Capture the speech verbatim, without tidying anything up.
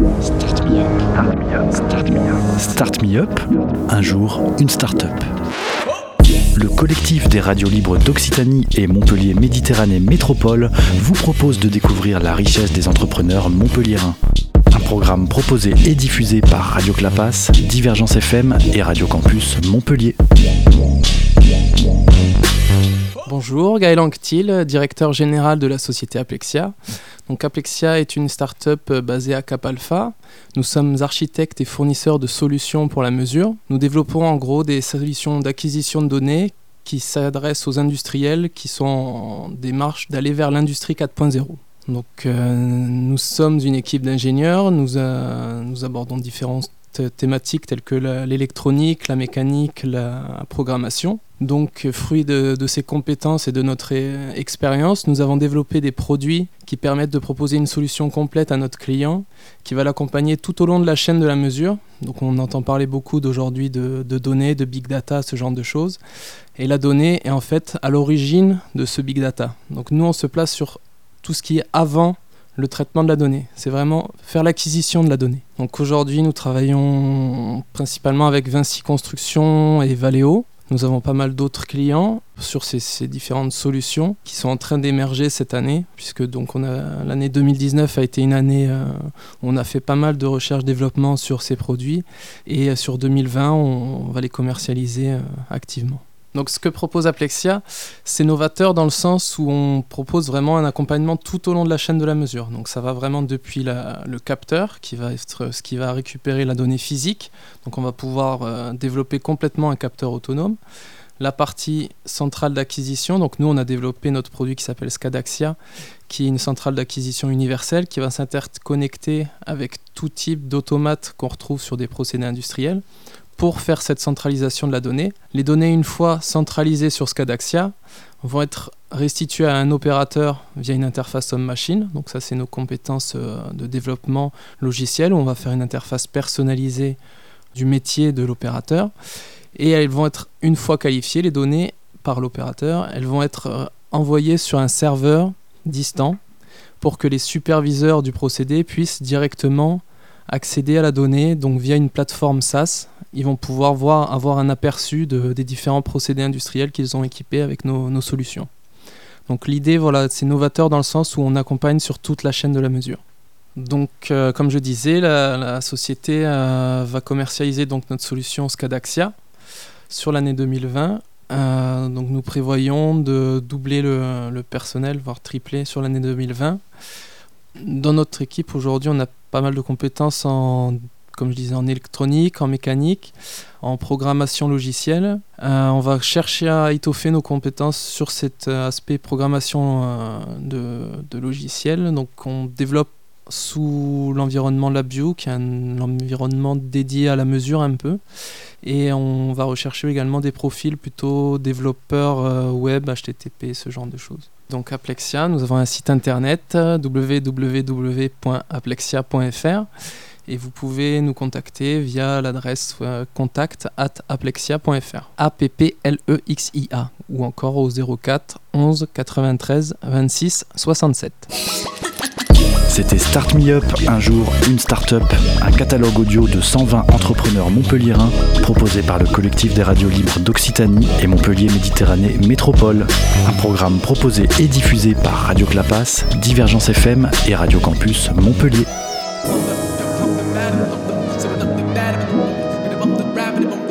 Start Me Up. Start Me Up. Start Me Up. Un jour, une start-up. Le collectif des radios libres d'Occitanie et Montpellier Méditerranée Métropole vous propose de découvrir la richesse des entrepreneurs montpelliérains. Un programme proposé et diffusé par Radio Clapas, Divergence F M et Radio Campus Montpellier. Bonjour, Gaël Anctil, directeur général de la société Aplexia. Donc Aplexia est une start-up basée à Cap Alpha. Nous sommes architectes et fournisseurs de solutions pour la mesure. Nous développons en gros des solutions d'acquisition de données qui s'adressent aux industriels qui sont en démarche d'aller vers l'industrie quatre point zéro. Donc euh, nous sommes une équipe d'ingénieurs, nous, euh, nous abordons différentes thématiques telles que la, l'électronique, la mécanique, la programmation. Donc, fruit de, de ces compétences et de notre é- expérience, nous avons développé des produits qui permettent de proposer une solution complète à notre client, qui va l'accompagner tout au long de la chaîne de la mesure. Donc, on entend parler beaucoup d'aujourd'hui de, de données, de big data, ce genre de choses. Et la donnée est en fait à l'origine de ce big data. Donc, nous, on se place sur tout ce qui est avant le traitement de la donnée. C'est vraiment faire l'acquisition de la donnée. Donc, aujourd'hui, nous travaillons principalement avec Vinci Construction et Valeo. Nous avons pas mal d'autres clients sur ces, ces différentes solutions qui sont en train d'émerger cette année, puisque donc on a, l'année deux mille dix-neuf a été une année euh, où on a fait pas mal de recherche-développement sur ces produits, et euh, sur deux mille vingt, on, on va les commercialiser euh, activement. Donc ce que propose Aplexia, c'est novateur dans le sens où on propose vraiment un accompagnement tout au long de la chaîne de la mesure. Donc ça va vraiment depuis la, le capteur, qui va être ce qui va récupérer la donnée physique. Donc on va pouvoir euh, développer complètement un capteur autonome. La partie centrale d'acquisition, donc nous on a développé notre produit qui s'appelle Scadaxia, qui est une centrale d'acquisition universelle qui va s'interconnecter avec tout type d'automates qu'on retrouve sur des procédés industriels, pour faire cette centralisation de la donnée. Les données, une fois centralisées sur Scadaxia, vont être restituées à un opérateur via une interface homme-machine. Donc ça, c'est nos compétences de développement logiciel, où on va faire une interface personnalisée du métier de l'opérateur. Et elles vont être, une fois qualifiées, les données par l'opérateur, elles vont être envoyées sur un serveur distant pour que les superviseurs du procédé puissent directement accéder à la donnée, donc via une plateforme SaaS. Ils vont pouvoir voir, avoir un aperçu de, des différents procédés industriels qu'ils ont équipés avec nos, nos solutions. Donc l'idée, voilà, c'est novateur dans le sens où on accompagne sur toute la chaîne de la mesure. Donc, euh, comme je disais, la, la société euh, va commercialiser donc notre solution Scadaxia sur l'année deux mille vingt. Euh, donc nous prévoyons de doubler le, le personnel, voire tripler sur l'année deux mille vingt. Dans notre équipe aujourd'hui, on a pas mal de compétences en, comme je disais, en électronique, en mécanique, en programmation logicielle. Euh, on va chercher à étoffer nos compétences sur cet aspect programmation euh, de, de logiciels. Donc on développe sous l'environnement LabVIEW, qui est un environnement dédié à la mesure un peu. Et on va rechercher également des profils plutôt développeurs euh, web, H T T P, ce genre de choses. Donc Aplexia, nous avons un site internet w w w point aplexia point f r et vous pouvez nous contacter via l'adresse euh, contact arobase aplexia point f r, A P P L E X I A, ou encore au zéro quatre onze quatre-vingt-treize vingt-six soixante-sept. C'était Start Me Up, un jour, une start-up, un catalogue audio de cent vingt entrepreneurs montpelliérains proposé par le collectif des radios libres d'Occitanie et Montpellier Méditerranée Métropole. Un programme proposé et diffusé par Radio Clapas, Divergence F M et Radio Campus Montpellier.